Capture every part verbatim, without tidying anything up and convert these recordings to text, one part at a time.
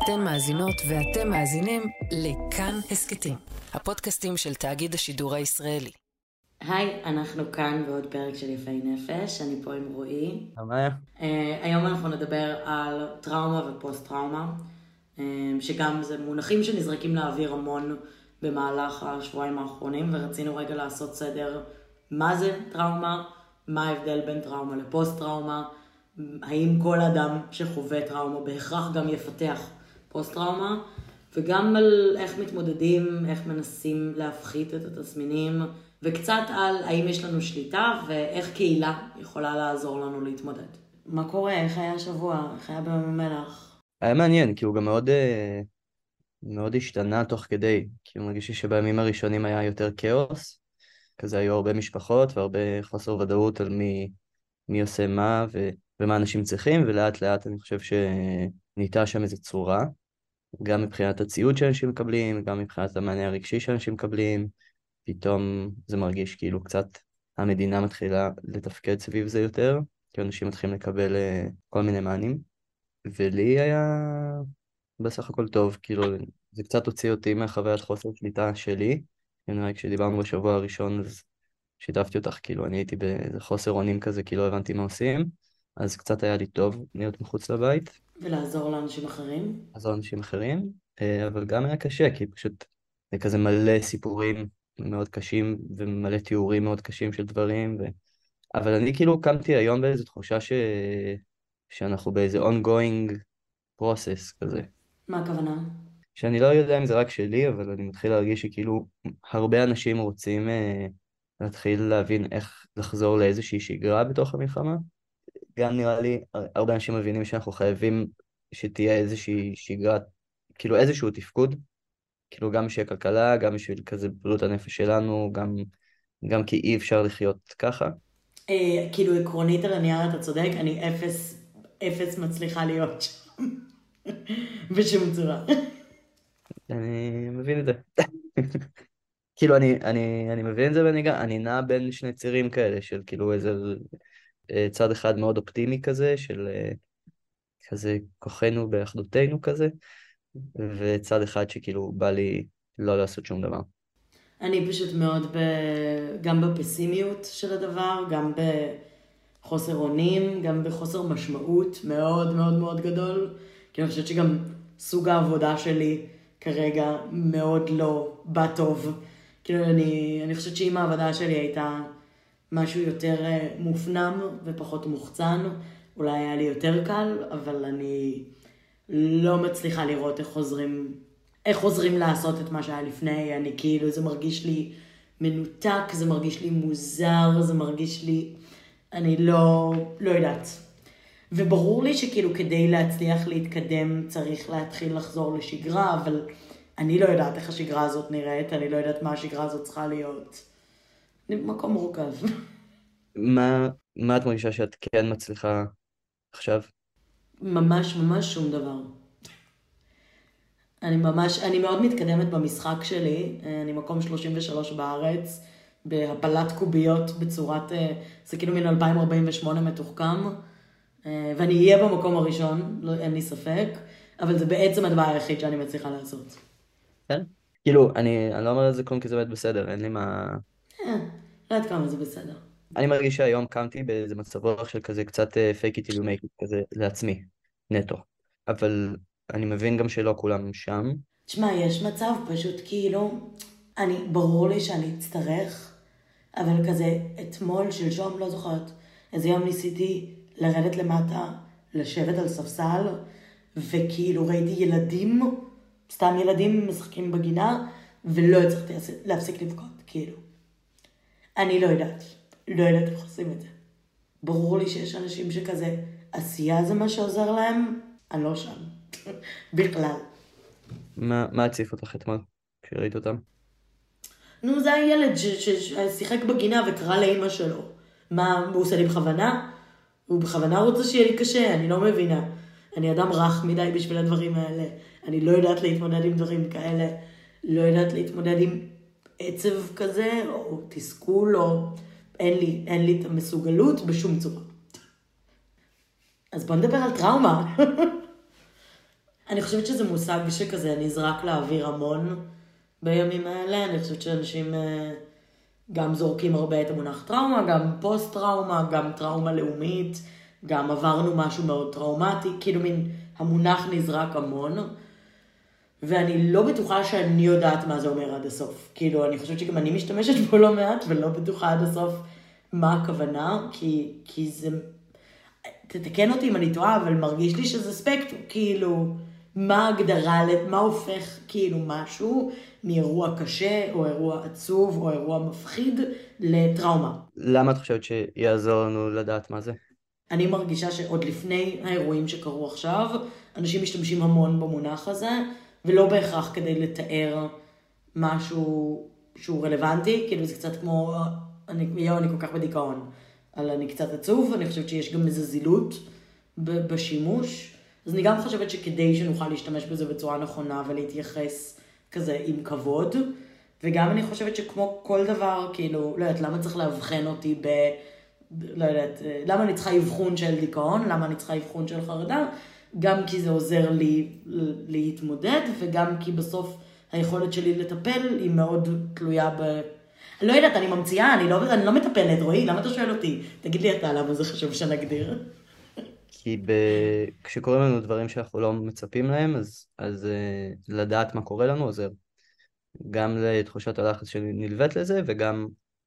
אתן מאזינות ואתם מאזינים לכאן הסקטים, הפודקאסטים של תאגיד השידור הישראלי. היי, אנחנו כאן בעוד פרק של יפי נפש, אני פה עם רועי. המאיה. Uh, היום אנחנו נדבר על טראומה ופוסט-טראומה, uh, שגם זה מונחים שנזרקים לאוויר המון במהלך השבועיים האחרונים, ורצינו רגע לעשות סדר מה זה טראומה, מה ההבדל בין טראומה לפוסט-טראומה, האם כל אדם שחווה טראומה בהכרח גם יפתח פוסט-טראומה, וגם על איך מתמודדים, איך מנסים להפחית את התסמינים, וקצת על האם יש לנו שליטה ואיך קהילה יכולה לעזור לנו להתמודד. מה קורה? איך היה השבוע? איך היה בים המלח? היה מעניין, כי הוא גם מאוד, מאוד השתנה תוך כדי. כי הוא מרגיש שבימים הראשונים היה יותר כאוס, כזה היו הרבה משפחות והרבה חוסר ודאות על מי, מי עושה מה ו, ומה אנשים צריכים, ולאט לאט אני חושב שנהייתה שם איזו צורה, גם מבחינת הציוד שאנשים מקבלים, גם מבחינת המענה הרגשי שאנשים מקבלים. פתאום זה מרגיש כאילו קצת המדינה מתחילה לתפקד סביב זה יותר, כי אנשים מתחילים לקבל uh, כל מיני מענים, ולי היה בסך הכל טוב, כאילו זה קצת הוציא אותי מהחוויית חוסר שליטה שלי. נראה כשדיברנו בשבוע הראשון אז שיתפתי אותך, כאילו אני הייתי באיזה חוסר אונים כזה, כאילו לא הבנתי מה עושים, אז קצת היה לי טוב להיות מחוץ לבית. ולעזור לאנשים אחרים? לעזור לאנשים אחרים, אבל גם היה קשה, כי פשוט זה כזה מלא סיפורים מאוד קשים ומלא תיאורים מאוד קשים של דברים, ו... אבל אני כאילו קמתי היום באיזו תחושה ש... שאנחנו באיזה ongoing process כזה. מה הכוונה? שאני לא יודע אם זה רק שלי, אבל אני מתחיל להרגיש שכאילו הרבה אנשים רוצים אה, להתחיל להבין איך לחזור לאיזושהי שגרה בתוך המלחמה. גם נראה לי, הרבה אנשים מבינים שאנחנו חייבים שתהיה איזושהי שגרה, כאילו איזשהו תפקוד, כאילו גם בשביל הכלכלה, גם בשביל כזה בריאות הנפש שלנו, גם, גם כי אי אפשר לחיות ככה. אה, כאילו עקרונית על הנייר אתה צודק, אני אפס, אפס מצליחה להיות שם. בשום צורה. אני מבין את זה. כאילו אני, אני, אני מבין את זה, ואני גם, אני נע בין שני צירים כאלה, של כאילו איזה צד אחד מאוד אופטימי כזה, של כזה כוחנו באחדותנו כזה, וצד אחד שכאילו בא לי לא לעשות שום דבר. אני פשוט מאוד ב... גם בפסימיות של הדבר, גם בחוסר אונים, גם בחוסר משמעות מאוד מאוד מאוד גדול. כי אני חושבת שגם סוג העבודה שלי כרגע מאוד לא בא טוב. כאילו אני, אני חושבת שאם העבודה שלי הייתה משהו יותר מופנם ופחות מוחצן, אולי היה לי יותר קל, אבל אני לא מצליחה לראות איך חוזרים... איך חוזרים לעשות את מה שהיה לפני. אני כאילו, זה מרגיש לי מנותק, זה מרגיש לי מוזר, זה מרגיש לי, אני לא, לא יודעת. וברור לי שכאילו כדי להצליח להתקדם צריך להתחיל לחזור לשגרה, אבל אני לא יודעת איך השגרה הזאת נראית, אני לא יודעת מה השגרה הזאת צריכה להיות. אני במקום מורכב. מה, מה את מרגישה שאת כן מצליחה עכשיו? ממש ממש שום דבר. אני ממש, אני מאוד מתקדמת במשחק שלי, אני מקום שלושים ושלוש בארץ, בהפלת קוביות בצורת, זה כאילו מן אלפיים ארבעים ושמונה מתוחכם, ואני אהיה במקום הראשון, לא, אין לי ספק, אבל זה בעצם הדבר היחיד שאני מצליחה לעשות. כן? כאילו, אני, אני לא אומר את זה כלום כי זה באמת בסדר, אין לי מה... אה, לא יודעת כמה זה בסדר. אני מרגיש שהיום קמתי באיזה מצב רוח של כזה קצת uh, fake it till you make it כזה לעצמי, נטו. אבל אני מבין גם שלא כולם שם. תשמע, יש מצב פשוט כאילו, אני, ברור לי שאני אצטרך, אבל כזה אתמול, שלשום, לא זוכרת, איזה יום ניסיתי לרדת למטה, לשבת על ספסל, וכאילו ראיתי ילדים, סתם ילדים משחקים בגינה, ולא הצלחתי להפסיק לבכות, כאילו. אני לא יודעת, לא יודעת איך עושים את זה. ברור לי שיש אנשים שכזה, עשייה זה מה שעוזר להם, אני לא שם, בכלל. מה, מה הציף אותך אתמול כשראית אותם? נו, זה הילד ששיחק בגינה וקרא לאמא שלו. מה, הוא עושה לי בכוונה? הוא בכוונה רוצה שיהיה לי קשה, אני לא מבינה. אני אדם רך מדי בשביל הדברים האלה. אני לא יודעת להתמודד עם דברים כאלה. לא יודעת להתמודד עם עצב כזה, או תסכול, או... אין לי, אין לי את המסוגלות בשום צורה. אז בוא נדבר על טראומה. אני חושבת שזה מושג שכזה נזרק לאוויר המון בימים האלה. אני חושבת שאנשים אה, גם זורקים הרבה את המונח טראומה, גם פוסט טראומה, גם טראומה לאומית, גם עברנו משהו מאוד טראומטי, כאילו מין המונח נזרק המון, ואני לא בטוחה שאני יודעת מה זה אומר עד הסוף. כאילו, אני חושבת שגם אני משתמשת בו לא מעט, ולא בטוחה עד הסוף מה הכוונה, כי, כי זה... תתקן אותי אם אני טועה, אבל מרגיש לי שזה ספקטרום, כאילו, מה ההגדרה, מה הופך כאילו משהו מאירוע קשה, או אירוע עצוב, או אירוע מפחיד, לטראומה. למה את חושבת שיעזור לנו לדעת מה זה? אני מרגישה שעוד לפני האירועים שקרו עכשיו, אנשים משתמשים המון במונח הזה, ולא בהכרח כדי לתאר משהו שהוא רלוונטי, כאילו זה קצת כמו, אני, יו, אני כל כך בדיכאון, אבל אני קצת עצוב, אני חושבת שיש גם איזו זילות בשימוש, אז אני גם חושבת שכדי שנוכל להשתמש בזה בצורה נכונה ולהתייחס כזה עם כבוד, וגם אני חושבת שכמו כל דבר, כאילו, לא יודעת, למה צריך להבחן אותי ב... לא יודעת, למה אני צריכה אבחון של דיכאון, למה אני צריכה אבחון של חרדה, גם כי זה עוזר לי להתמודד, וגם כי בסוף היכולת שלי לטפל היא מאוד תלויה ב... אני לא יודעת, אני ממציאה, אני לא, אני לא מטפלת, רואי, למה אתה שואל אותי? תגיד לי אתה, למה זה חשוב שנגדיר? כי ב... כשקוראים לנו דברים שאנחנו לא מצפים להם, אז, אז uh, לדעת מה קורה לנו עוזר. גם לתחושת הלחץ שנלווית לזה, וגם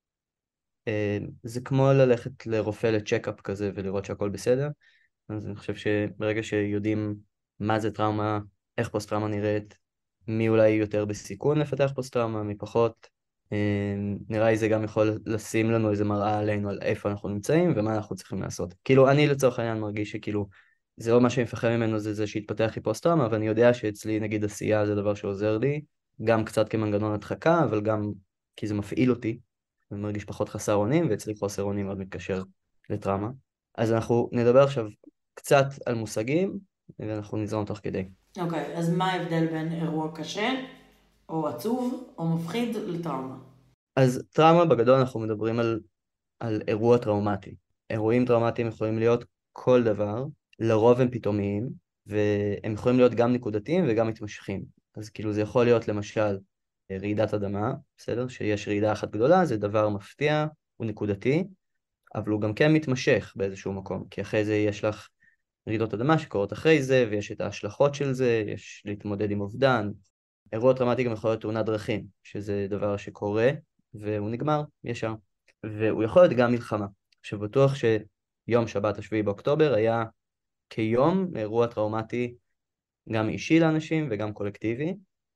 uh, זה כמו ללכת לרופא לצ'קאפ כזה ולראות שהכל בסדר. אז אני חושב שברגע שיודעים מה זה טראומה, איך פוסט-טראומה נראית, מי אולי יותר בסיכון לפתח פוסט-טראומה, מי פחות, נראה לי זה גם יכול לשים לנו איזה מראה עלינו על איפה אנחנו נמצאים ומה אנחנו צריכים לעשות. כאילו אני לצורך העניין מרגיש שכאילו זה לא מה שמפחד ממנו, זה זה שהתפתח לי פוסט-טראומה, אבל אני יודע שאצלי נגיד עשייה זה דבר שעוזר לי, גם קצת כמנגנון הדחקה, אבל גם כי זה מפעיל אותי, אני מרגיש פחות חסר אונים, ואצלי חוסר אונים מאוד מתקשר לטראומה. אז אנחנו נדבר עכשיו קצת על מושגים, ואנחנו נזרום תוך כדי. אוקיי, okay, אז מה ההבדל בין אירוע קשה, או עצוב, או מפחיד, לטראומה? אז טראומה בגדול אנחנו מדברים על, על אירוע טראומטי. אירועים טראומטיים יכולים להיות כל דבר, לרוב הם פתאומיים, והם יכולים להיות גם נקודתיים וגם מתמשכים. אז כאילו זה יכול להיות למשל רעידת אדמה, בסדר? שיש רעידה אחת גדולה, זה דבר מפתיע, הוא נקודתי, אבל הוא גם כן מתמשך באיזשהו מקום, כי אחרי זה יש לך רעידות אדמה שקורות אחרי זה, ויש את ההשלכות של זה, יש להתמודד עם אובדן. אירוע טראומטי גם יכול להיות תאונת דרכים, שזה דבר שקורה, והוא נגמר ישר. והוא יכול להיות גם מלחמה. עכשיו בטוח שיום שבת השביעי באוקטובר היה כיום אירוע טראומטי גם אישי לאנשים וגם קולקטיבי,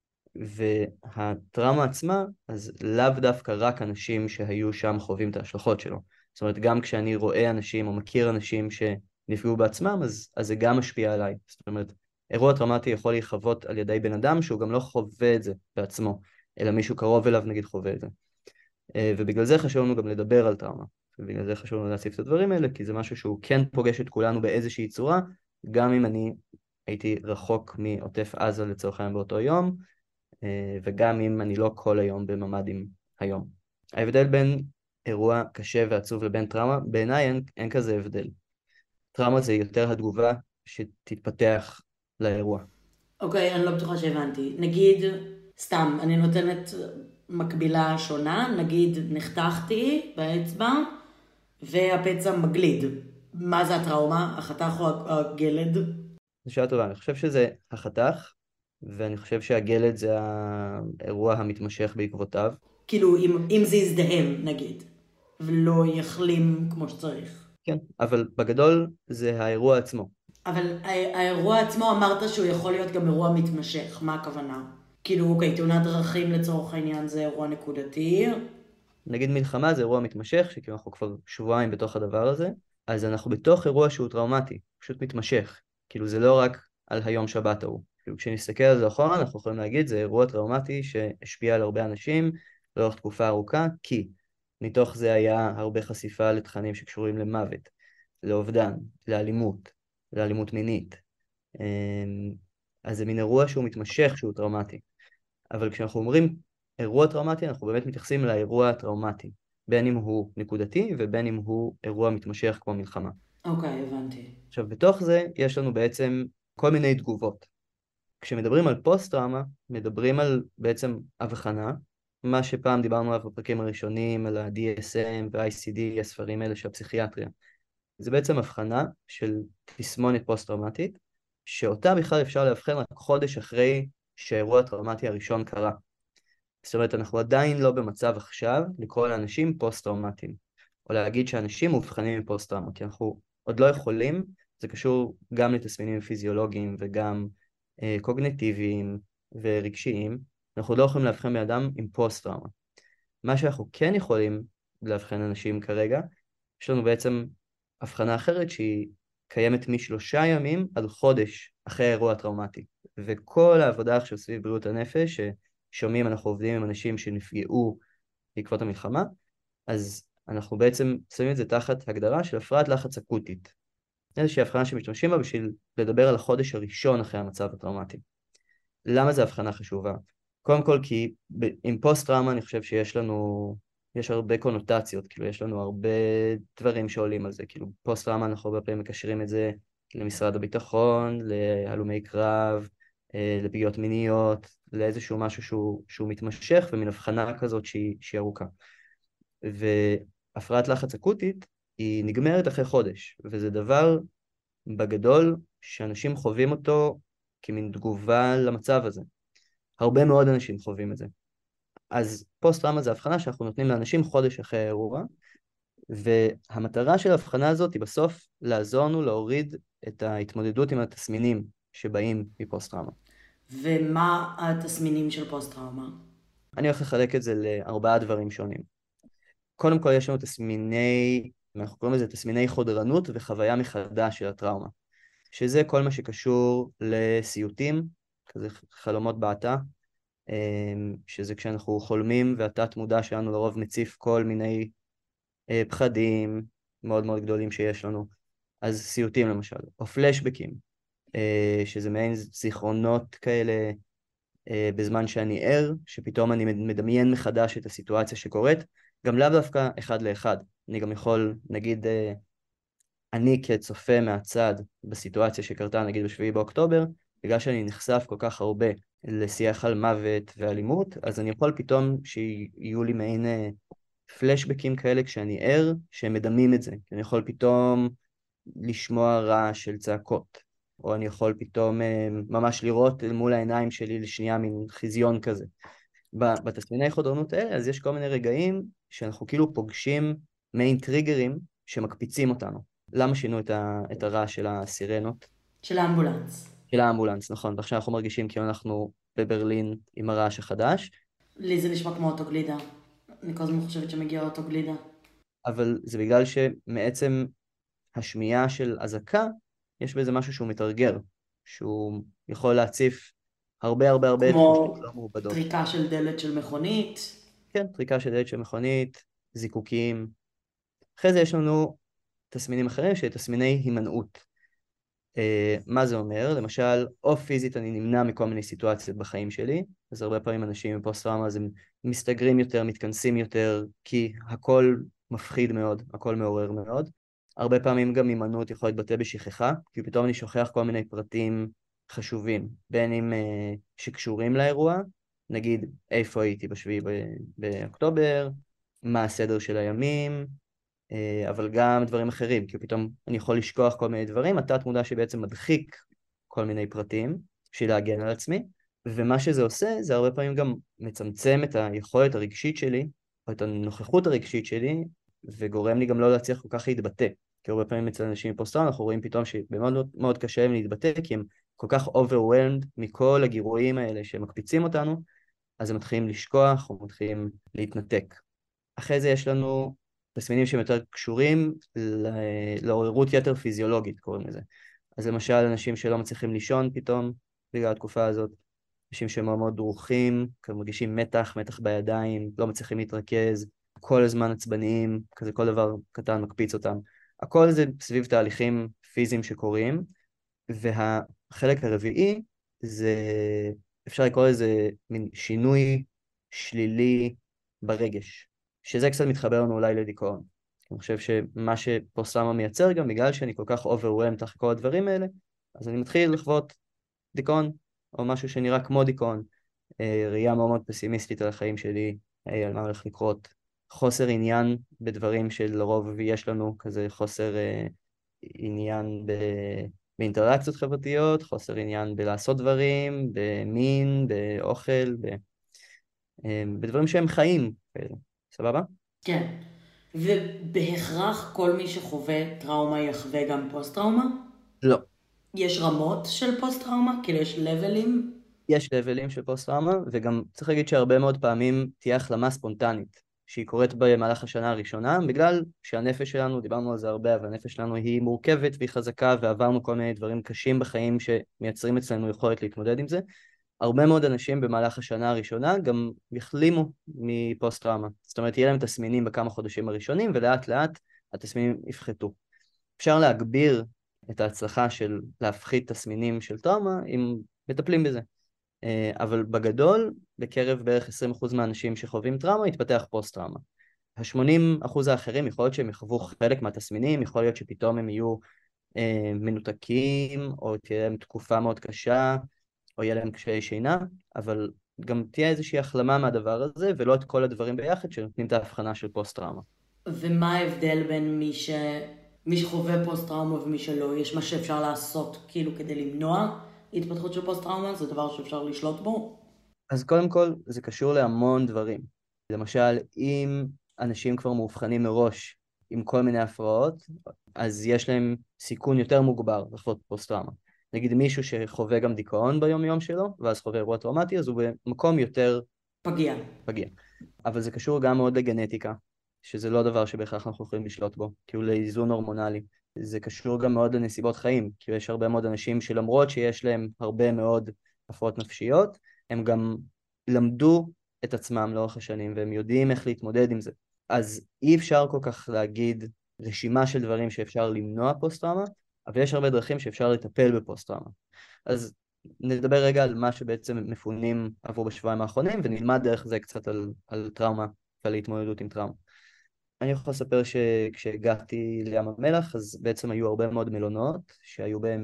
והטראומה עצמה, אז לאו דווקא רק אנשים שהיו שם חווים את ההשלכות שלו. זאת אומרת, גם כשאני רואה אנשים או מכיר אנשים שנפגעו בעצמם, אז, אז זה גם משפיע עליי. זאת אומרת, אירוע טראומטי יכול להיחוות על ידי בן אדם שהוא גם לא חווה את זה בעצמו, אלא מישהו קרוב אליו נגיד חווה את זה. ובגלל זה חשוב לנו גם לדבר על טראומה, ובגלל זה חשוב לנו להציף את הדברים האלה, כי זה משהו שהוא כן פוגש את כולנו באיזושהי צורה, גם אם אני הייתי רחוק מעוטף עזה לצורך העניין באותו יום, וגם אם אני לא כל היום בממדים היום. ההבדל בין אירוע קשה ועצוב לבין טראומה, בעיניי אין, אין כזה הבדל. טראומה זה יותר התגובה שתתפתח לאירוע. אוקיי, אני לא בטוחה שהבנתי. נגיד, סתם, אני נותנת מקבילה שונה, נגיד נחתכתי באצבע והפצע מגליד. מה זה הטראומה? החתך או הגלד? זו שאלה טובה, אני חושב שזה החתך, ואני חושב שהגלד זה האירוע המתמשך בעקבותיו. כאילו, אם, אם זה יזדהם, נגיד, ולא יחלים כמו שצריך. כן, אבל בגדול זה האירוע עצמו. אבל האירוע עצמו אמרת שהוא יכול להיות גם אירוע מתמשך, מה הכוונה? כאילו, אוקיי, תאונת דרכים לצורך העניין זה אירוע נקודתי. נגיד מלחמה זה אירוע מתמשך, שכאילו אנחנו כבר שבועיים בתוך הדבר הזה, אז אנחנו בתוך אירוע שהוא טראומטי, פשוט מתמשך. כאילו זה לא רק על היום שבת ההוא. כאילו כשנסתכל על זה אחורה, אנחנו יכולים להגיד, זה אירוע טראומטי שהשפיע על הרבה אנשים לאורך תקופה ארוכה, כי מתוך זה היה הרבה חשיפה לתכנים שקשורים למוות, לאובדן, לאלימות, לאלימות מינית. אז זה מין אירוע שהוא מתמשך, שהוא טראומטי. אבל כשאנחנו אומרים אירוע טראומטי, אנחנו באמת מתייחסים לאירוע הטראומטי, בין אם הוא נקודתי ובין אם הוא אירוע מתמשך כמו מלחמה. אוקיי, הבנתי. עכשיו, בתוך זה יש לנו בעצם כל מיני תגובות. כשמדברים על פוסט-טראומה, מדברים על בעצם הבחנה, מה שפעם דיברנו עליו בפרקים הראשונים, על ה-די אס אם וה-איי סי די, הספרים האלה של הפסיכיאטריה. זה בעצם הבחנה של תסמונת פוסט-טראומטית, שאותה בכלל אפשר להבחן רק חודש אחרי שהאירוע הטראומטי הראשון קרה. זאת אומרת, אנחנו עדיין לא במצב עכשיו לקרוא לאנשים פוסט-טראומטיים, או להגיד שאנשים מאובחנים עם פוסט-טראומה, כי אנחנו עוד לא יכולים, זה קשור גם לתסמינים פיזיולוגיים וגם אה, קוגניטיביים ורגשיים, אנחנו לא יכולים להבחן באדם עם פוסט-טראומה. מה שאנחנו כן יכולים להבחן אנשים כרגע, יש לנו בעצם הבחנה אחרת שהיא קיימת משלושה ימים עד חודש אחרי האירוע הטראומטי. וכל העבודה עכשיו סביב בריאות הנפש, ששומעים, אנחנו עובדים עם אנשים שנפגעו בעקבות המלחמה, אז אנחנו בעצם שמים את זה תחת הגדרה של הפרעת לחץ אקוטית. איזושהי הבחנה שמשתמשים בה בשביל לדבר על החודש הראשון אחרי המצב הטראומטי. למה זו הבחנה חשובה? קודם כל כי עם פוסט-טראומה אני חושב שיש לנו, יש הרבה קונוטציות, כאילו יש לנו הרבה דברים שעולים על זה, כאילו פוסט-טראומה אנחנו הרבה פעמים מקשרים את זה למשרד הביטחון, להלומי קרב, לפגיעות מיניות, לאיזשהו משהו שהוא, שהוא מתמשך ומין הבחנה כזאת שהיא, שהיא ארוכה. והפרעת לחץ אקוטית היא נגמרת אחרי חודש, וזה דבר בגדול שאנשים חווים אותו כמין תגובה למצב הזה. הרבה מאוד אנשים חווים את זה. אז פוסט-טראומה זה הבחנה שאנחנו נותנים לאנשים חודש אחרי האירוע, והמטרה של ההבחנה הזאת היא בסוף לעזור לנו להוריד את ההתמודדות עם התסמינים שבאים מפוסט-טראומה. ומה התסמינים של פוסט-טראומה? אני הולך לחלק את זה לארבעה דברים שונים. קודם כל יש לנו תסמיני, אנחנו קוראים לזה תסמיני חודרנות וחוויה מחדש של הטראומה, שזה כל מה שקשור לסיוטים, כזה חלומות בעתה, שזה כשאנחנו חולמים והתת מודע שלנו לרוב מציף כל מיני פחדים מאוד מאוד גדולים שיש לנו, אז סיוטים למשל, או פלשבקים, שזה מעין זיכרונות כאלה בזמן שאני ער, שפתאום אני מדמיין מחדש את הסיטואציה שקורית, גם לאו דווקא אחד לאחד. אני גם יכול, נגיד, אני כצופה מהצד בסיטואציה שקרתה, נגיד בשביעי באוקטובר, בגלל שאני נחשף כל כך הרבה לשיח על מוות ואלימות, אז אני יכול פתאום שיהיו לי מעין פלשבקים כאלה כשאני ער, שהם מדמים את זה. אני יכול פתאום לשמוע רעש של צעקות, או אני יכול פתאום ממש לראות מול העיניים שלי לשנייה מין חזיון כזה. בתסמיני חודרנות האלה, אז יש כל מיני רגעים שאנחנו כאילו פוגשים מעין טריגרים שמקפיצים אותנו. למה שינו את, ה, את הרעש של הסירנות? של האמבולנס. של האמבולנס, נכון. ועכשיו אנחנו מרגישים כאילו אנחנו בברלין עם הרעש החדש. לי זה נשמע כמו אוטוגלידה. אני כל הזמן חושבת שמגיע אוטוגלידה. אבל זה בגלל שמעצם השמיעה של אזעקה, יש בזה משהו שהוא מתרגר, שהוא יכול להציף הרבה הרבה הרבה תחושות לא מעובדות. כמו טריקה של דלת של מכונית. כן, טריקה של דלת של מכונית, זיקוקים. אחרי זה יש לנו תסמינים אחרים, שתסמיני הימנעות. Uh, מה זה אומר? למשל, או פיזית אני נמנע מכל מיני סיטואציות בחיים שלי, אז הרבה פעמים אנשים עם פוסט-טראומה אז הם מסתגרים יותר, מתכנסים יותר, כי הכל מפחיד מאוד, הכל מעורר מאוד. הרבה פעמים גם הימנעות יכול להתבטא בשכחה, כי פתאום אני שוכח כל מיני פרטים חשובים, בין אם uh, שקשורים לאירוע, נגיד איפה הייתי בשביעי באוקטובר, מה הסדר של הימים, אבל גם דברים אחרים, כי פתאום אני יכול לשכוח כל מיני דברים, התת מודע שבעצם מדחיק כל מיני פרטים, בשביל להגן על עצמי, ומה שזה עושה, זה הרבה פעמים גם מצמצם את היכולת הרגשית שלי, או את הנוכחות הרגשית שלי, וגורם לי גם לא להצליח כל כך להתבטא, כי הרבה פעמים אצל אנשים פוסט-טראומה, אנחנו רואים פתאום שבמאוד מאוד קשה להם להתבטא, כי הם כל כך overwhelmed מכל הגירויים האלה שמקפיצים אותנו, אז הם מתחילים לשכוח, או מתחילים להתנתק. אחרי זה יש לנו תסמינים שהם יותר קשורים לעוררות יתר פיזיולוגית, קוראים לזה. אז למשל, אנשים שלא מצליחים לישון פתאום, בגלל התקופה הזאת, אנשים שהם מאוד מאוד דרוכים, מרגישים מתח, מתח בידיים, לא מצליחים להתרכז, כל הזמן עצבניים, כזה כל דבר קטן מקפיץ אותם. הכל זה סביב תהליכים פיזיים שקורים, והחלק הרביעי זה, אפשר לקרוא לזה מין שינוי שלילי ברגש. שזה קצת מתחבר לנו אולי לדיכאון. אני חושב שמה שפוסט-טראומה מייצר גם, בגלל שאני כל כך overwhelmed אחרי כל הדברים האלה, אז אני מתחיל לחוות דיכאון, או משהו שנראה כמו דיכאון, ראייה מאוד מאוד פסימיסטית על החיים שלי, על מה הולך לקרות, חוסר עניין בדברים שלרוב יש לנו, כזה חוסר עניין ב... באינטראקציות חברתיות, חוסר עניין בלעשות דברים, במין, באוכל, ב... בדברים שהם חיים, סבבה? כן. ובהכרח כל מי שחווה טראומה יחווה גם פוסט-טראומה? לא. יש רמות של פוסט-טראומה? כאילו יש לבלים? יש לבלים של פוסט-טראומה, וגם צריך להגיד שהרבה מאוד פעמים תהיה החלמה ספונטנית, שהיא קורית במהלך השנה הראשונה, בגלל שהנפש שלנו, דיברנו על זה הרבה, אבל הנפש שלנו היא מורכבת והיא חזקה, ועברנו כל מיני דברים קשים בחיים שמייצרים אצלנו יכולת להתמודד עם זה. הרבה מאוד אנשים במהלך השנה הראשונה גם יחלימו מפוסט-טראומה. זאת אומרת, יהיה להם תסמינים בכמה חודשים הראשונים, ולאט לאט התסמינים יפחתו. אפשר להגביר את ההצלחה של להפחית תסמינים של טראומה אם מטפלים בזה. אבל בגדול, בקרב בערך עשרים אחוז מהאנשים שחווים טראומה, יתפתח פוסט-טראומה. ה-שמונים אחוז האחרים יכול להיות שהם יחוו חלק מהתסמינים, יכול להיות שפתאום הם יהיו אה, מנותקים, או תהיה להם תקופה מאוד קשה, או יהיה להם קשיי שינה, אבל גם תהיה איזושהי החלמה מהדבר הזה, ולא את כל הדברים ביחד שנותנים את ההבחנה של פוסט-טראומה. ומה ההבדל בין מי, ש... מי שחווה פוסט-טראומה ומי שלא? יש מה שאפשר לעשות כאילו כדי למנוע התפתחות של פוסט-טראומה? זה דבר שאפשר לשלוט בו? אז קודם כל, זה קשור להמון דברים. למשל, אם אנשים כבר מאובחנים מראש עם כל מיני הפרעות, אז יש להם סיכון יותר מוגבר לחוות פוסט-טראומה. נגיד מישהו שחווה גם דיכאון ביום יום שלו, ואז חווה אירוע טראומטי, אז הוא במקום יותר פגיע. פגיע. אבל זה קשור גם מאוד לגנטיקה, שזה לא דבר שבהכרח אנחנו יכולים לשלוט בו, כאילו לאיזון הורמונלי. זה קשור גם מאוד לנסיבות חיים, כי יש הרבה מאוד אנשים שלמרות שיש להם הרבה מאוד הפרעות נפשיות, הם גם למדו את עצמם לאורך השנים, והם יודעים איך להתמודד עם זה. אז אי אפשר כל כך להגיד רשימה של דברים שאפשר למנוע פוסט-טראומה, אבל יש הרבה דרכים שאפשר לטפל בפוסט-טראומה. אז נדבר רגע על מה שבעצם מפונים עבור בשבועיים האחרונים, ונלמד דרך זה קצת על, על טראומה ועל התמודדות עם טראומה. אני יכול לספר שכשהגעתי לים המלח, אז בעצם היו הרבה מאוד מלונות, שהיו בהם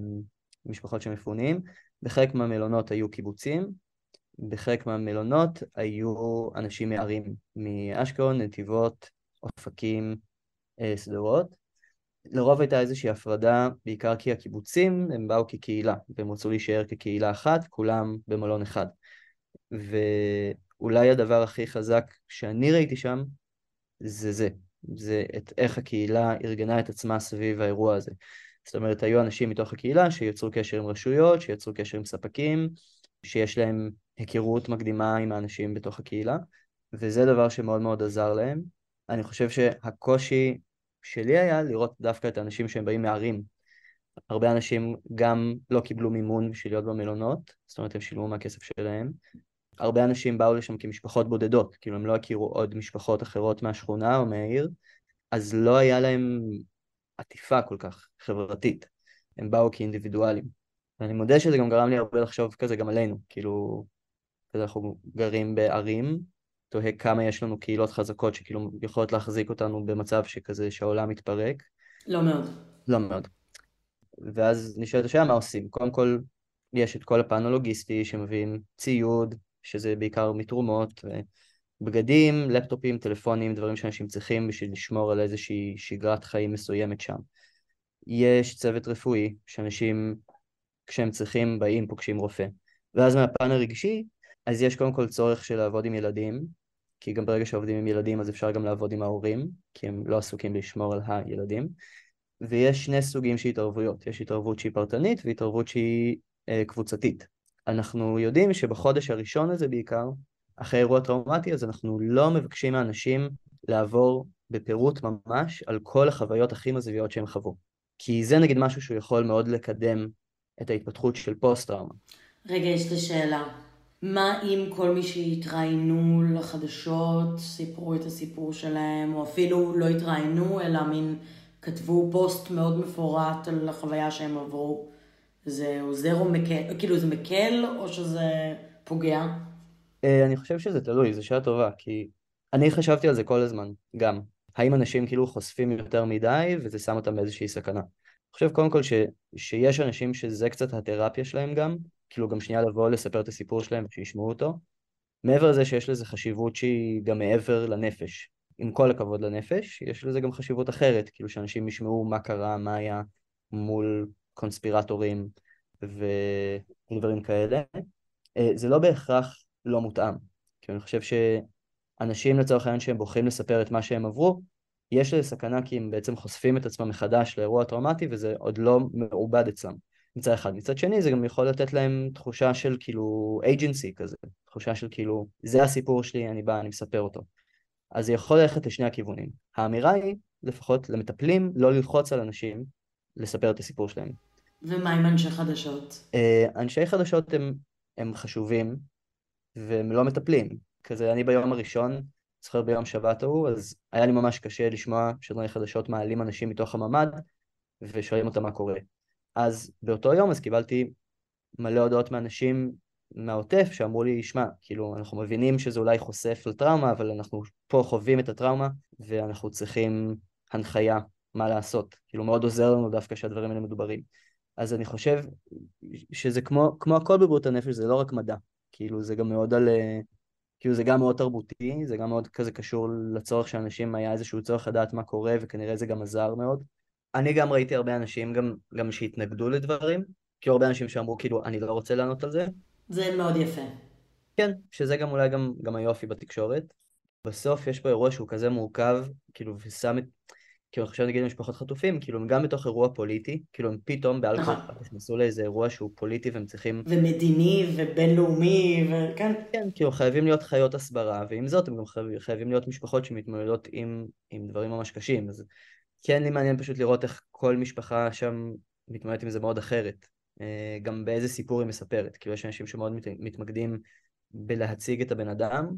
משפחות שמפונים. בחלק מהמלונות היו קיבוצים, בחלק מהמלונות היו אנשים מערים, מאשקלון, נתיבות, אופקים, סדרות. לרוב הייתה איזושהי הפרדה, בעיקר כי הקיבוצים הם באו כקהילה, והם רצו להישאר כקהילה אחת, כולם במלון אחד. ואולי הדבר הכי חזק שאני ראיתי שם, זה זה, זה את איך הקהילה ארגנה את עצמה סביב האירוע הזה. זאת אומרת, היו אנשים מתוך הקהילה שיצרו קשר עם רשויות, שיצרו קשר עם ספקים, שיש להם היכרות מקדימה עם האנשים בתוך הקהילה, וזה דבר שמאוד מאוד עזר להם. אני חושב שהקושי שלי היה לראות דווקא את האנשים שהם באים מערים. הרבה אנשים גם לא קיבלו מימון בשביל להיות במלונות, זאת אומרת הם שילמו מהכסף שלהם. הרבה אנשים באו לשם כמשפחות בודדות, כאילו הם לא הכירו עוד משפחות אחרות מהשכונה או מהעיר, אז לא היה להם עטיפה כל כך חברתית. הם באו כאינדיבידואלים. ואני מודה שזה גם גרם לי הרבה לחשוב כזה גם עלינו, כאילו, כזה אנחנו גרים בערים, תוהה כמה יש לנו קהילות חזקות שכאילו יכולות להחזיק אותנו במצב שכזה שהעולם מתפרק. לא מאוד. לא מאוד. ואז נשאלת השאלה מה עושים. קודם כל, יש את כל הפן הלוגיסטי שמביאים ציוד, שזה בעיקר מתרומות, בגדים, לפטופים, טלפונים, דברים שאנשים צריכים בשביל לשמור על איזושהי שגרת חיים מסוימת שם. יש צוות רפואי, שאנשים כשהם צריכים באים פוגשים רופא. ואז מהפן הרגשי, אז יש קודם כל צורך של לעבוד עם ילדים, כי גם ברגע שעובדים עם ילדים אז אפשר גם לעבוד עם ההורים, כי הם לא עסוקים לשמור על הילדים. ויש שני סוגים של התערבויות, יש התערבות שהיא פרטנית והתערבות שהיא אה, קבוצתית. אנחנו יודעים שבחודש הראשון הזה בעיקר, אחרי אירוע טראומטי, אז אנחנו לא מבקשים מהאנשים לעבור בפירוט ממש על כל החוויות הכי מזוויעות שהם חוו. כי זה נגיד משהו שהוא יכול מאוד לקדם את ההתפתחות של פוסט-טראומה. רגע, יש לי שאלה. מה אם כל מי שהתראיינו לחדשות, סיפרו את הסיפור שלהם, או אפילו לא התראיינו, אלא מין כתבו פוסט מאוד מפורט על החוויה שהם עברו? זה עוזר או מקל? כאילו זה מקל או שזה פוגע? אני חושב שזה תלוי, זו שאלה טובה, כי אני חשבתי על זה כל הזמן, גם. האם אנשים כאילו חושפים יותר מדי, וזה שם אותם באיזושהי סכנה. אני חושב קודם כל ש, שיש אנשים שזה קצת התרפיה שלהם גם, כאילו גם שנייה לבוא לספר את הסיפור שלהם ושישמעו אותו. מעבר לזה שיש לזה חשיבות שהיא גם מעבר לנפש. עם כל הכבוד לנפש, יש לזה גם חשיבות אחרת, כאילו שאנשים ישמעו מה קרה, מה היה מול קונספירטורים ודברים כאלה. אה, זה לא בהכרח לא מותאם. כי אני חושב שאנשים לצורך העניין שהם בוחרים לספר את מה שהם עברו, יש לזה סכנה כי הם בעצם חושפים את עצמם מחדש לאירוע טראומטי וזה עוד לא מעובד אצלם. מצד אחד. מצד שני זה גם יכול לתת להם תחושה של כאילו agency כזה, תחושה של כאילו זה הסיפור שלי, אני בא, אני מספר אותו. אז זה יכול ללכת לשני הכיוונים. האמירה היא, לפחות למטפלים, לא ללחוץ על אנשים לספר את הסיפור שלהם. ומה עם אנשי חדשות? אה, אנשי חדשות הם, הם חשובים והם לא מטפלים. כזה אני ביום הראשון, זוכר ביום שבת ההוא, אז היה לי ממש קשה לשמוע שדרי חדשות מעלים אנשים מתוך הממ"ד ושואלים אותם מה קורה. אז באותו יום אז קיבלתי מלא הודעות מאנשים מהעוטף שאמרו לי, שמע, כאילו אנחנו מבינים שזה אולי חושף לטראומה, אבל אנחנו פה חווים את הטראומה ואנחנו צריכים הנחיה מה לעשות. כאילו מאוד עוזר לנו דווקא שהדברים האלה מדוברים. אז אני חושב שזה כמו, כמו הכל בבריאות הנפש, זה לא רק מדע. כאילו זה גם מאוד על... כאילו זה גם מאוד תרבותי, זה גם מאוד כזה קשור לצורך שאנשים היה איזשהו צורך לדעת מה קורה, וכנראה זה גם עזר מאוד. אני גם ראיתי הרבה אנשים גם, גם שהתנגדו לדברים, כי הרבה אנשים שאמרו כאילו אני לא רוצה לענות על זה. זה מאוד יפה. כן, שזה גם אולי גם, גם היופי בתקשורת. בסוף יש פה אירוע שהוא כזה מורכב, כאילו ושם את, כאילו עכשיו נגיד משפחות חטופים, כאילו הם גם בתוך אירוע פוליטי, כאילו הם פתאום בעל נכון. כורחם נכנסו לאיזה אירוע שהוא פוליטי והם צריכים... ומדיני ובינלאומי, וכן. כן, כאילו חייבים להיות חיות הסברה, ועם זאת הם גם חייב, חייבים להיות משפחות שמתמודדות עם, עם דברים ממש קשים. אז כן לי מעניין פשוט לראות איך כל משפחה שם מתמודדת עם זה מאוד אחרת. אה, גם באיזה סיפור היא מספרת. כאילו יש אנשים שמאוד מת, מתמקדים בלהציג את הבן אדם,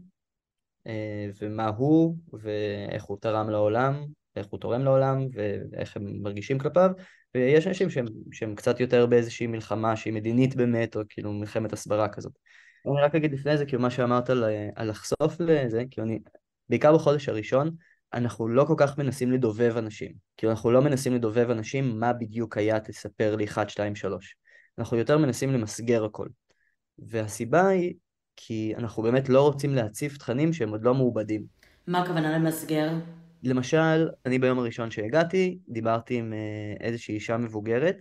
אה, ומה הוא, ואיך הוא תרם לעולם, איך הוא תורם לעולם, ואיך הם מרגישים כלפיו, ויש אנשים שהם, שהם קצת יותר באיזושהי מלחמה שהיא מדינית באמת, או כאילו מלחמת הסברה כזאת. אני רק אגיד לפני זה, כאילו מה שאמרת על, על לחשוף לזה, כאילו אני, בעיקר בחודש הראשון, אנחנו לא כל כך מנסים לדובב אנשים. כאילו אנחנו לא מנסים לדובב אנשים מה בדיוק היה, תספר לי אחת, שתיים, שלוש. אנחנו יותר מנסים למסגר הכל. והסיבה היא, כי אנחנו באמת לא רוצים להציף תכנים שהם עוד לא מעובדים. מה הכוונה למסגר? למשל, אני ביום הראשון שהגעתי, דיברתי עם אה, איזושהי אישה מבוגרת,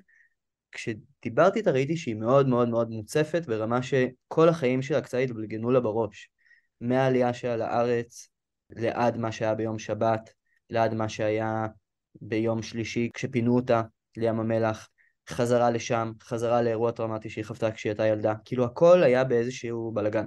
כשדיברתי איתה ראיתי שהיא מאוד מאוד מאוד מוצפת, ברמה שכל החיים שלה קצת התבלגנו לה בראש. מהעלייה שלה לארץ, לעד מה שהיה ביום שבת, לעד מה שהיה ביום שלישי, כשפינו אותה לים המלח, חזרה לשם, חזרה לאירוע טראומטי שהיא חוותה כשהיא הייתה ילדה. כאילו הכל היה באיזשהו בלגן.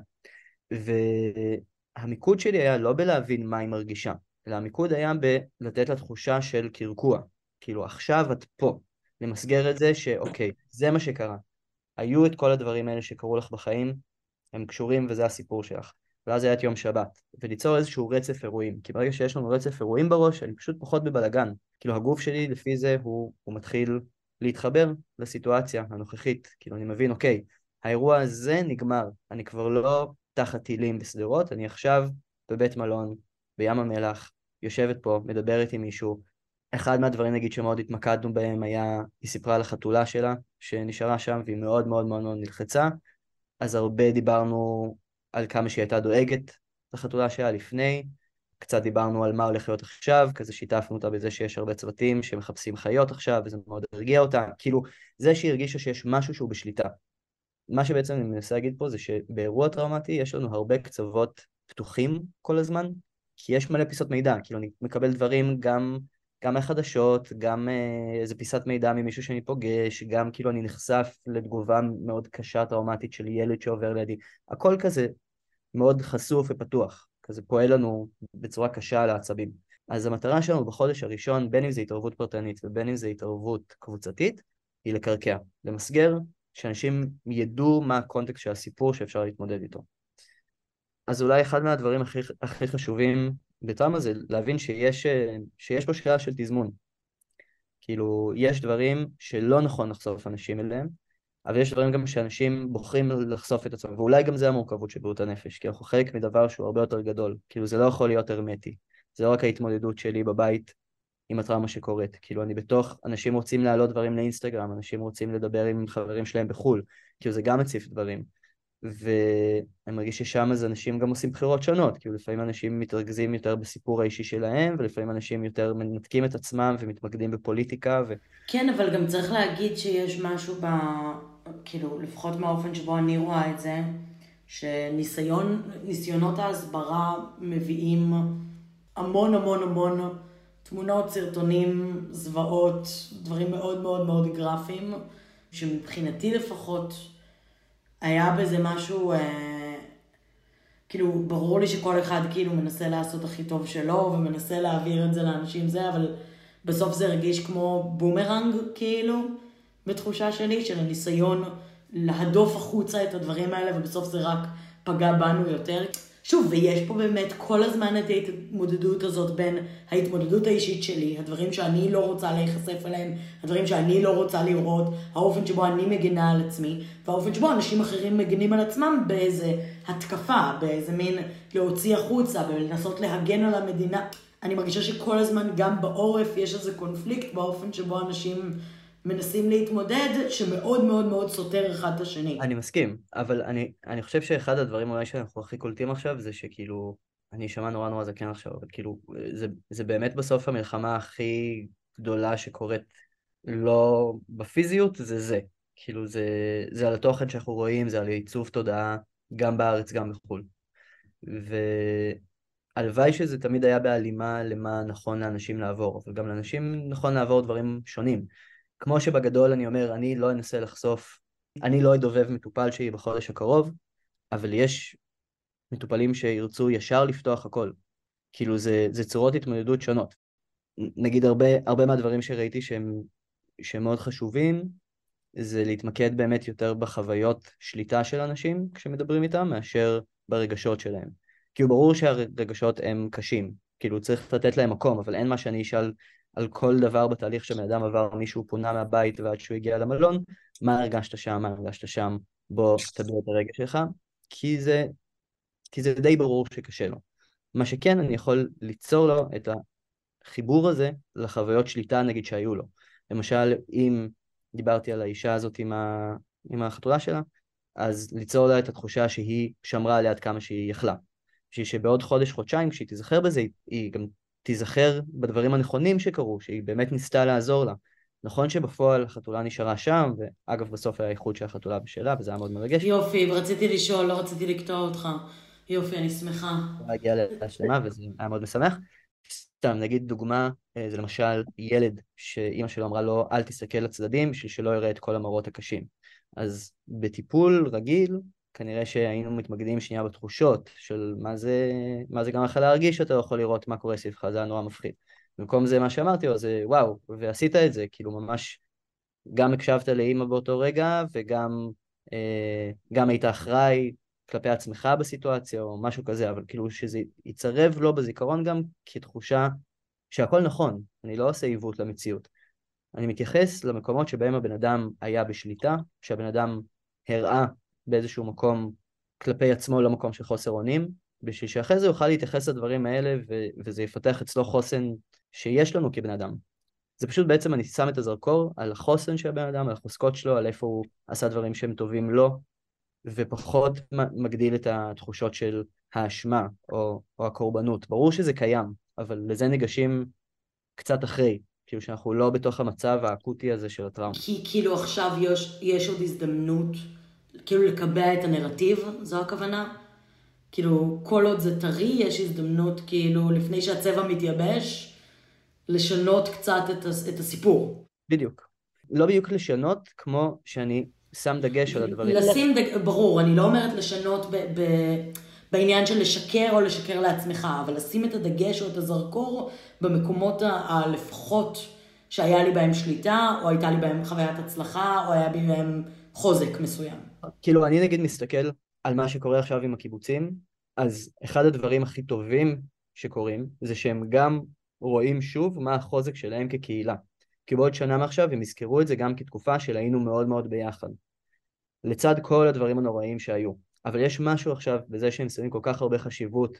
והמיקוד שלי היה לא בלהבין מה היא מרגישה, אלא המיקוד היה בלתת לה תחושה של קרקוע. כאילו עכשיו את פה. למסגר את זה שאוקיי, זה מה שקרה. היו את כל הדברים האלה שקרו לך בחיים, הם קשורים וזה הסיפור שלך. ואז היה את יום שבת, וליצור איזשהו רצף אירועים. כי ברגע שיש לנו רצף אירועים בראש, אני פשוט פחות בבלגן. כאילו הגוף שלי לפי זה הוא, הוא מתחיל להתחבר לסיטואציה הנוכחית. כאילו אני מבין, אוקיי, האירוע הזה נגמר. אני כבר לא תחת טילים בסדרות, אני עכשיו בבית מלון, בים המלח, יושבת פה, מדברת עם מישהו. אחד מהדברים נגיד שמאוד התמקדנו בהם היה, היא סיפרה על החתולה שלה שנשארה שם והיא מאוד מאוד מאוד מאוד נלחצה, אז הרבה דיברנו על כמה שהיא הייתה דואגת לחתולה שלה לפני, קצת דיברנו על מה הולך להיות עכשיו, כזה שיתפנו אותה בזה שיש הרבה צוותים שמחפשים חיות עכשיו וזה מאוד הרגיע אותה, כאילו זה שהיא הרגישה שיש משהו שהוא בשליטה. מה שבעצם אני מנסה להגיד פה זה שבאירוע טראומטי יש לנו הרבה קצוות פתוחים כל הזמן, כי יש מלא פיסות מידע, כאילו אני מקבל דברים גם, גם מהחדשות, גם אה, איזה פיסת מידע ממישהו שאני פוגש, גם כאילו אני נחשף לתגובה מאוד קשה טראומטית של ילד שעובר לידי, הכל כזה מאוד חשוף ופתוח, כזה פועל לנו בצורה קשה על העצבים. אז המטרה שלנו בחודש הראשון, בין אם זה התערבות פרטנית ובין אם זה התערבות קבוצתית, היא לקרקע, למסגר, שאנשים ידעו מה הקונטקסט של הסיפור שאפשר להתמודד איתו. אז אולי אחד מהדברים הכי, הכי חשובים בטראומה זה להבין שיש, שיש פה שאלה של תזמון. כאילו, יש דברים שלא נכון לחשוף אנשים אליהם, אבל יש דברים גם שאנשים בוחרים לחשוף את עצמם, ואולי גם זה המורכבות של בריאות הנפש, כי אנחנו חלק מדבר שהוא הרבה יותר גדול, כאילו זה לא יכול להיות הרמטי, זה לא רק ההתמודדות שלי בבית עם הטראומה שקורית. כאילו אני בתוך, אנשים רוצים להעלות דברים לאינסטגרם, אנשים רוצים לדבר עם חברים שלהם בחול, כאילו זה גם מציף דברים. ואני מרגיש ששם אז אנשים גם עושים בחירות שונות, כאילו לפעמים אנשים מתרכזים יותר בסיפור האישי שלהם, ולפעמים אנשים יותר מנתקים את עצמם ומתמקדים בפוליטיקה. ו... כן, אבל גם צריך להגיד שיש משהו ב... כאילו, לפחות מהאופן שבו אני רואה את זה, שניסיון, ניסיונות ההסברה מביאים המון המון המון תמונות, סרטונים, זוועות, דברים מאוד מאוד מאוד גרפיים, שמבחינתי לפחות היה בזה משהו, אה, כאילו ברור לי שכל אחד כאילו מנסה לעשות הכי טוב שלו, ומנסה להעביר את זה לאנשים זה, אבל בסוף זה הרגיש כמו בומרנג כאילו, בתחושה שלי, של הניסיון להדוף החוצה את הדברים האלה, ובסוף זה רק פגע בנו יותר. שוב, ויש פה באמת כל הזמן את ההתמודדות הזאת בין ההתמודדות האישית שלי, הדברים שאני לא רוצה להיחשף אליהם, הדברים שאני לא רוצה לראות, האופן שבו אני מגנה על עצמי, והאופן שבו אנשים אחרים מגנים על עצמם באיזה התקפה, באיזה מין להוציא החוצה ולנסות להגן על המדינה. אני מרגישה שכל הזמן גם בעורף יש איזה קונפליקט באופן שבו אנשים מנסים להתמודד, שמאוד מאוד מאוד סותר אחד את השני. אני מסכים, אבל אני, אני חושב שאחד הדברים אולי שאנחנו הכי קולטים עכשיו, זה שכאילו, אני שמע נורא נורא זקן עכשיו, אבל כאילו, זה, זה באמת בסוף המלחמה הכי גדולה שקורית לא בפיזיות, זה זה. כאילו, זה, זה על התוכן שאנחנו רואים, זה על עיצוב תודעה, גם בארץ, גם בחו"ל. והלוואי שזה תמיד היה בהלימה למה נכון לאנשים לעבור, אבל גם לאנשים נכון לעבור דברים שונים. כמו שבגדול אני אומר, אני לא אנסה לחשוף, אני לא אדובב מטופל שהיא בחודש הקרוב, אבל יש מטופלים שירצו ישר לפתוח הכל. כאילו זה, זה צורות התמודדות שונות. נגיד הרבה, הרבה מהדברים שראיתי שהם, שהם מאוד חשובים, זה להתמקד באמת יותר בחוויות שליטה של אנשים כשמדברים איתם, מאשר ברגשות שלהם. כי הוא ברור שהרגשות הם קשים, כאילו צריך לתת להם מקום, אבל אין מה שאני אשאל על כל דבר בתהליך שבן אדם עבר, מישהו פונה מהבית ועד שהוא הגיע למלון, מה הרגשת שם, מה הרגשת שם, בוא תביע את הרגש שלך, כי זה, כי זה די ברור שקשה לו. מה שכן, אני יכול ליצור לו את החיבור הזה לחוויות שליטה נגיד שהיו לו. למשל, אם דיברתי על האישה הזאת עם, ה... עם החתולה שלה, אז ליצור לה את התחושה שהיא שמרה עליה עד כמה שהיא יכלה. בשביל שבעוד חודש, חודשיים, כשהיא תיזכר בזה, היא גם תיזכר בדברים הנכונים שקרו, שהיא באמת ניסתה לעזור לה. נכון שבפועל החתולה נשארה שם, ואגב בסוף היה איחוד של החתולה בשלה, וזה היה מאוד מרגש. יופי, רציתי לשאול, לא רציתי לקטוע אותך. יופי, אני שמחה. להגיע להשלמה, וזה היה מאוד משמח. סתם, נגיד דוגמה, זה למשל ילד שאימא שלו אמרה לו, אל תסתכל לצדדים, בשביל שלא יראה את כל המראות הקשים. אז בטיפול רגיל, כנראה שהיינו מתמקדים שנייה בתחושות של מה זה, מה זה גם יכול להרגיש, אתה יכול לראות מה קורה סביבך, זה היה נורא מפחיד. במקום זה מה שאמרתי לו, זה וואו, ועשית את זה, כאילו ממש גם הקשבת לאמא באותו רגע, וגם אה, גם היית אחראי כלפי עצמך בסיטואציה, או משהו כזה, אבל כאילו שזה יצרב לו בזיכרון גם כתחושה שהכל נכון, אני לא עושה עיוות למציאות. אני מתייחס למקומות שבהם הבן אדם היה בשליטה, שהבן אדם הראה באיזשהו מקום כלפי עצמו, לא מקום של חוסר אונים, בשביל שאחרי זה יוכל להתייחס לדברים האלה, ו- וזה יפתח אצלו חוסן שיש לנו כבן אדם. זה פשוט בעצם אני שם את הזרקור על החוסן של הבן אדם, על החוזקות שלו, על איפה הוא עשה דברים שהם טובים לו, ופחות מגדיל את התחושות של האשמה או, או הקורבנות. ברור שזה קיים, אבל לזה ניגשים קצת אחרי, כאילו שאנחנו לא בתוך המצב האקוטי הזה של הטראומה. כי כאילו עכשיו יש, יש עוד הזדמנות, כאילו לקבע את הנרטיב, זו הכוונה? כאילו כל עוד זה טרי, יש הזדמנות כאילו לפני שהצבע מתייבש, לשנות קצת את, את הסיפור. בדיוק. לא בדיוק לשנות, כמו שאני שם דגש על הדברים. לשים דגש, ברור, אני לא אומרת לשנות ב, ב, בעניין של לשקר או לשקר לעצמך, אבל לשים את הדגש או את הזרקור במקומות הלפחות שהיה לי בהם שליטה, או הייתה לי בהם חוויית הצלחה, או היה בי בהם חוזק מסוים. כאילו, אני נגיד מסתכל על מה שקורה עכשיו עם הקיבוצים, אז אחד הדברים הכי טובים שקורים, זה שהם גם רואים שוב מה החוזק שלהם כקהילה. כי בעוד שנה מעכשיו הם יזכרו את זה גם כתקופה של היינו מאוד מאוד ביחד. לצד כל הדברים הנוראים שהיו. אבל יש משהו עכשיו בזה שהם שמים כל כך הרבה חשיבות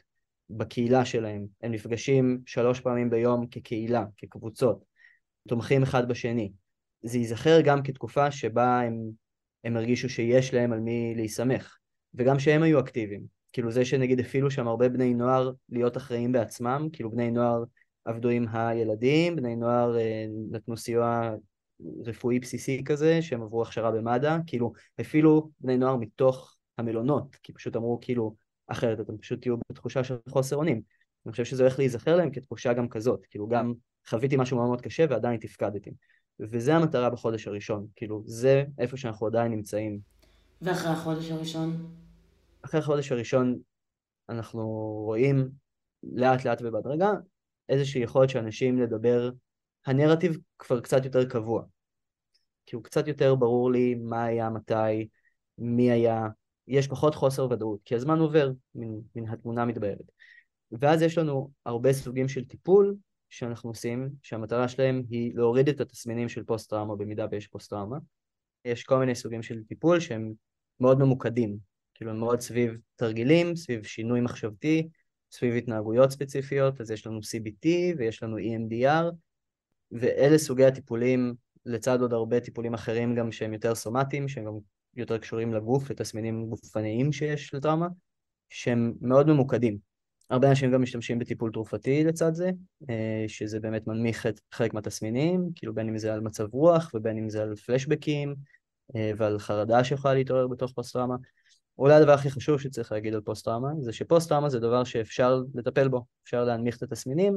בקהילה שלהם. הם נפגשים שלוש פעמים ביום כקהילה, כקבוצות, תומכים אחד בשני. זה ייזכר גם כתקופה שבה הם, הם הרגישו שיש להם על מי להיסמך, וגם שהם היו אקטיביים. כאילו זה שנגיד אפילו שם הרבה בני נוער להיות אחראים בעצמם, כאילו בני נוער עבדו עם הילדים, בני נוער אה, נתנו סיוע רפואי בסיסי כזה, שהם עברו הכשרה במד"א, כאילו אפילו בני נוער מתוך המלונות, כי פשוט אמרו כאילו אחרת אתם פשוט תהיו בתחושה של חוסר אונים. אני חושב שזה הולך להיזכר להם כתחושה גם כזאת, כאילו גם חוויתי משהו מאוד מאוד קשה ועדיין תפקדתי. וזה המטרה בחודש הראשון, כאילו זה איפה שאנחנו עדיין נמצאים. ואחרי החודש הראשון? אחרי החודש הראשון אנחנו רואים לאט לאט ובהדרגה איזושהי יכולת שאנשים לדבר, הנרטיב כבר קצת יותר קבוע. כי הוא קצת יותר ברור לי מה היה, מתי, מי היה, יש פחות חוסר ודאות, כי הזמן עובר, מן, מן התמונה מתבהרת. ואז יש לנו הרבה סוגים של טיפול שאנחנו עושים, שהמטרה שלהם היא להוריד את התסמינים של פוסט-טראומה במידה ויש פוסט-טראומה. יש כל מיני סוגים של טיפול שהם מאוד ממוקדים, כאילו הם מאוד סביב תרגילים, סביב שינוי מחשבתי, סביב התנהגויות ספציפיות, אז יש לנו סי בי טי ויש לנו אי אם די אר, ואלה סוגי הטיפולים, לצד עוד הרבה טיפולים אחרים גם שהם יותר סומטיים, שהם גם יותר קשורים לגוף, לתסמינים גופניים שיש לטראומה, שהם מאוד ממוקדים. הרבה אנשים גם משתמשים בטיפול תרופתי לצד זה, שזה באמת מנמיך את חלק מהתסמינים, כאילו בין אם זה על מצב רוח ובין אם זה על פלשבקים ועל חרדה שיכולה להתעורר בתוך פוסט-טראומה. אולי הדבר הכי חשוב שצריך להגיד על פוסט-טראומה, זה שפוסט-טראומה זה דבר שאפשר לטפל בו, אפשר להנמיך את התסמינים,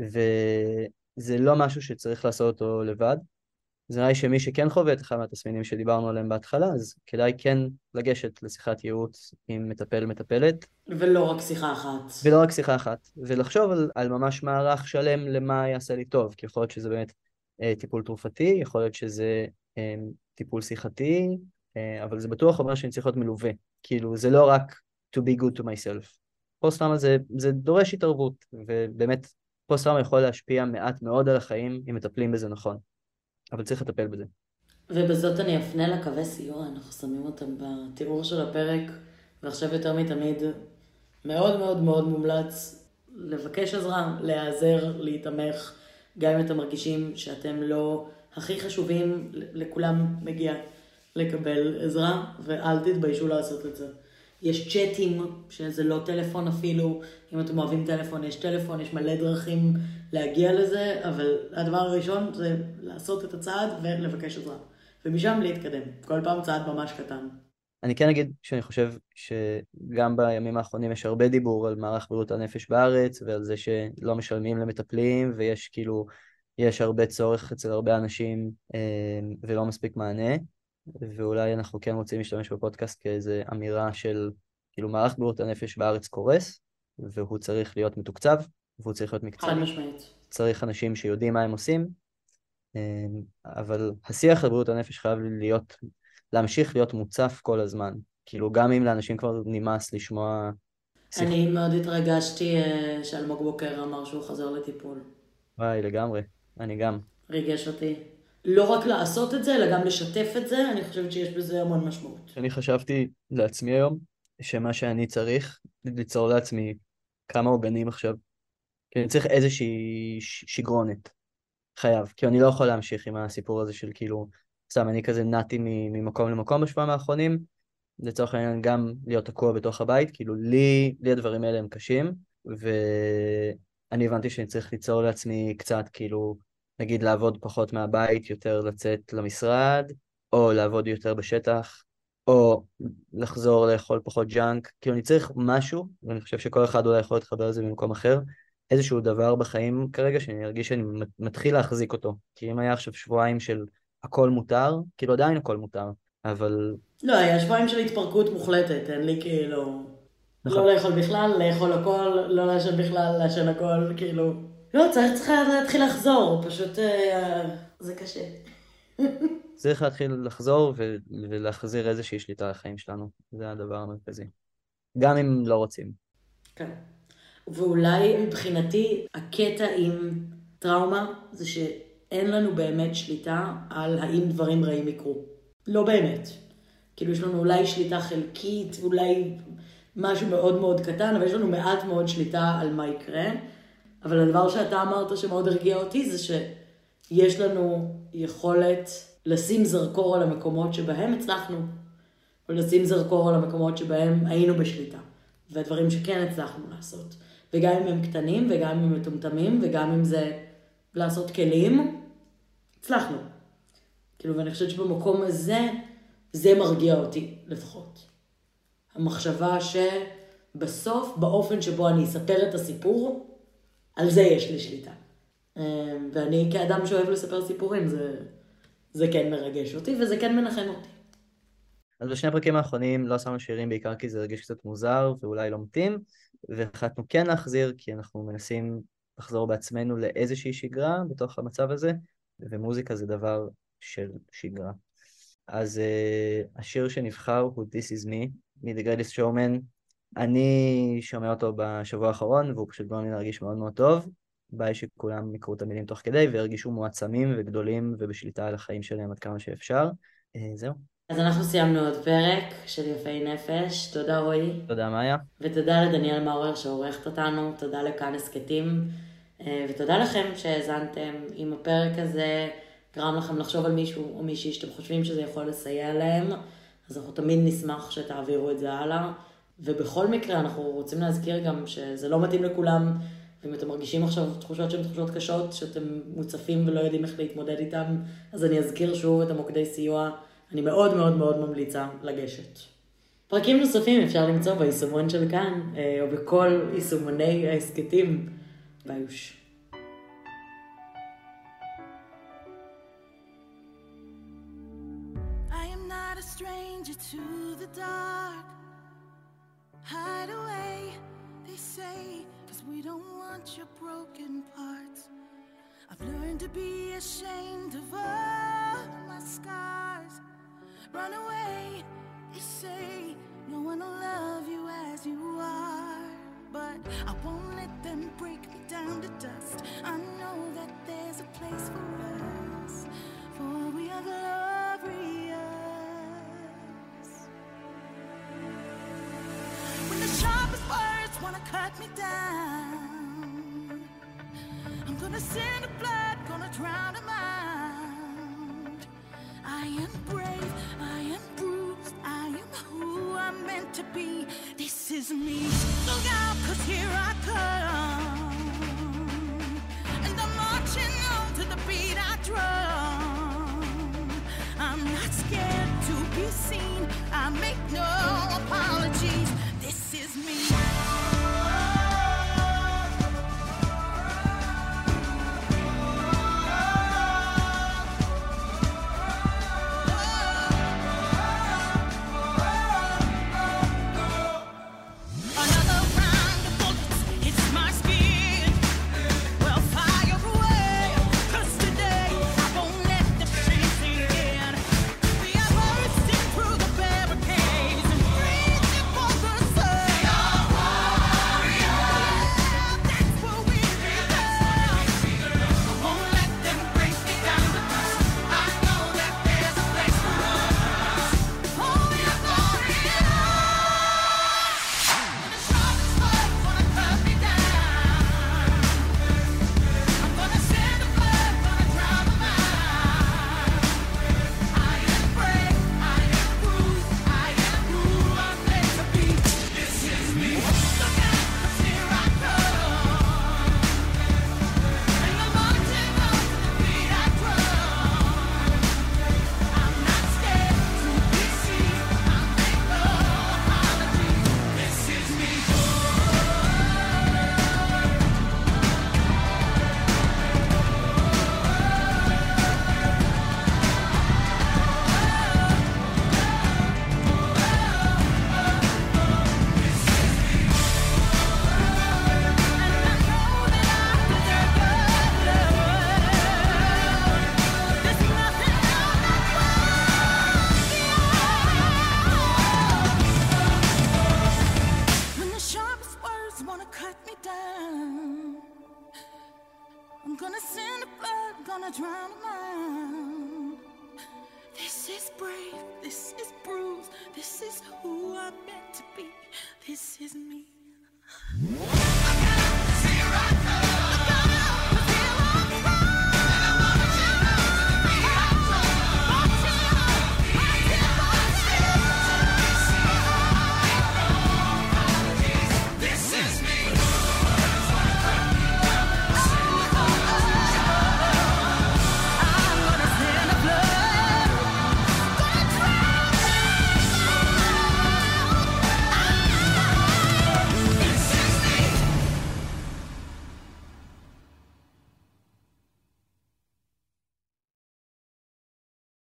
וזה לא משהו שצריך לעשות אותו לבד. זה נראה לי שמי שכן חווה את אחד מהתסמינים שדיברנו עליהם בהתחלה, אז כדאי כן לגשת לשיחת ייעוץ עם מטפל מטפלת. ולא רק שיחה אחת. ולא רק שיחה אחת, ולחשוב על, על ממש מערך שלם למה יעשה לי טוב, כי יכול להיות שזה באמת אה, טיפול תרופתי, יכול להיות שזה אה, טיפול שיחתי, אה, אבל זה בטוח אומר שאני צריך להיות מלווה. כאילו זה לא רק to be good to myself. פוסט-טראומה זה, זה דורש התערבות, ובאמת פוסט-טראומה יכול להשפיע מעט מאוד על החיים אם מטפלים בזה נכון. אבל צריך לטפל בזה. ובזאת אני אפנה לקווי סיוע, אנחנו שמים אותם בתיאור של הפרק, ועכשיו יותר מתמיד מאוד מאוד מאוד מומלץ לבקש עזרה, להיעזר, להתאמך, גם אם אתם מרגישים שאתם לא הכי חשובים, לכולם מגיע לקבל עזרה, ואל תתביישו לעשות את זה. יש צ'אטים, שזה לא טלפון אפילו, אם אתם אוהבים טלפון, יש טלפון, יש מלא דרכים להגיע לזה, אבל הדבר הראשון זה לעשות את הצעד ולבקש עזרה. ומשם להתקדם, כל פעם צעד ממש קטן. אני כן אגיד שאני חושב שגם בימים האחרונים יש הרבה דיבור על מערך בריאות הנפש בארץ, ועל זה שלא משלמים למטפלים, ויש כאילו, יש הרבה צורך אצל הרבה אנשים ולא מספיק מענה. ואולי אנחנו כן רוצים להשתמש בפודקאסט כאיזו אמירה של, כאילו, מערך בריאות הנפש בארץ קורס, והוא צריך להיות מתוקצב, והוא צריך להיות מקצועי. חד משמעית. צריך אנשים שיודעים מה הם עושים, אבל השיח על בריאות הנפש חייב להיות, להמשיך להיות מוצף כל הזמן. כאילו, גם אם לאנשים כבר נמאס לשמוע... אני מאוד התרגשתי שאלמוג בוקר אמר שהוא חזר לטיפול. וואי, לגמרי. אני גם. ריגש אותי. לא רק לעשות את זה, אלא גם לשתף את זה, אני חושבת שיש בזה המון משמעות. אני חשבתי לעצמי היום, שמה שאני צריך, ליצור לעצמי כמה עוגנים עכשיו, כי אני צריך איזושהי שגרונת, חייב, כי אני לא יכול להמשיך עם הסיפור הזה של כאילו, סתם, אני כזה נעתי ממקום למקום בשבועיים האחרונים, לצורך העניין גם להיות תקוע בתוך הבית, כאילו לי, לי הדברים האלה הם קשים, ואני הבנתי שאני צריך ליצור לעצמי קצת, כאילו, נגיד לעבוד פחות מהבית, יותר לצאת למשרד, או לעבוד יותר בשטח, או לחזור לאכול פחות ג'אנק, כאילו אני צריך משהו, ואני חושב שכל אחד אולי יכול להתחבר לזה במקום אחר, איזשהו דבר בחיים כרגע שאני ארגיש שאני מתחיל להחזיק אותו, כי אם היה עכשיו שבועיים של הכל מותר, כאילו עדיין הכל מותר, אבל... לא, היה שבועיים של התפרקות מוחלטת, אין לי כאילו... לא לאכול בכלל, לאכול הכל, לא לעשן בכלל, לעשן הכל, כאילו... לא, צריך, צריך להתחיל לחזור, פשוט זה קשה. צריך להתחיל לחזור ו- ולהחזיר איזושהי שליטה על החיים שלנו, זה הדבר המרכזי. גם אם לא רוצים. כן. ואולי מבחינתי, הקטע עם טראומה, זה שאין לנו באמת שליטה על האם דברים רעים יקרו. לא באמת. כאילו יש לנו אולי שליטה חלקית, אולי משהו מאוד מאוד קטן, אבל יש לנו מעט מאוד שליטה על מה יקרה. אבל הדבר שאתה אמרת שמאוד הרגיע אותי זה שיש לנו יכולת לשים זרקור על המקומות שבהם הצלחנו, ולשים זרקור על המקומות שבהם היינו בשליטה, והדברים שכן הצלחנו לעשות. וגם אם הם קטנים, וגם אם הם מטומטמים, וגם אם זה לעשות כלים, הצלחנו. כאילו, ואני חושבת שבמקום הזה, זה מרגיע אותי לפחות. המחשבה שבסוף, באופן שבו אני אספר את הסיפור, על זה יש לי שליטה. ואני כאדם שאוהב לספר סיפורים, זה, זה כן מרגש אותי, וזה כן מנחם אותי. אז בשני הפרקים האחרונים לא שמנו שירים בעיקר כי זה הרגיש קצת מוזר ואולי לא מתאים, והחלטנו כן להחזיר כי אנחנו מנסים לחזור בעצמנו לאיזושהי שגרה בתוך המצב הזה, ומוזיקה זה דבר של שגרה. אז uh, השיר שנבחר הוא This is me, מ-The Greatest Showman. אני שומע אותו בשבוע האחרון, והוא פשוט גורם לי להרגיש מאוד מאוד טוב. ביי שכולם יקראו את המילים תוך כדי, והרגישו מועצמים וגדולים ובשליטה על החיים שלהם עד כמה שאפשר. Uh, זהו. אז אנחנו סיימנו עוד פרק של יפי נפש. תודה רועי. תודה מאיה. ותודה לדניאל מאורר שעורכת אותנו. תודה לכאן הסקטים. ותודה לכם שהאזנתם. אם הפרק הזה גרם לכם לחשוב על מישהו או מישהי שאתם חושבים שזה יכול לסייע להם, אז אנחנו תמיד נשמח שתעבירו את זה הלאה. ובכל מקרה אנחנו רוצים להזכיר גם שזה לא מתאים לכולם, ואם אתם מרגישים עכשיו תחושות שהן תחושות קשות, שאתם מוצפים ולא יודעים איך להתמודד איתם, אז אני אזכיר שוב את המוקדי סיוע. אני מאוד מאוד מאוד ממליצה לגשת. פרקים נוספים אפשר למצוא ביישומון של כאן, או בכל יישומוני ההסקטים. ביוש. I am not a stranger to the dark. Hide away, they say, 'cause we don't want your broken parts. I've learned to be ashamed of all my scars. Run away, they say, no one will love you as you are. But I won't let them break me down to dust. I know that there's a place for us, for we are glorious. When the sharpest words wanna cut me down, I'm gonna send a blood, gonna drown a mind. I am brave, I am bruised, I am who I'm meant to be. This is me. Look out, 'cause here I come, and I'm marching on to the beat I drum. I'm not scared to be seen, I make no apologies. This is me. This is brave, this is bruised, this is who I'm meant to be. This is me.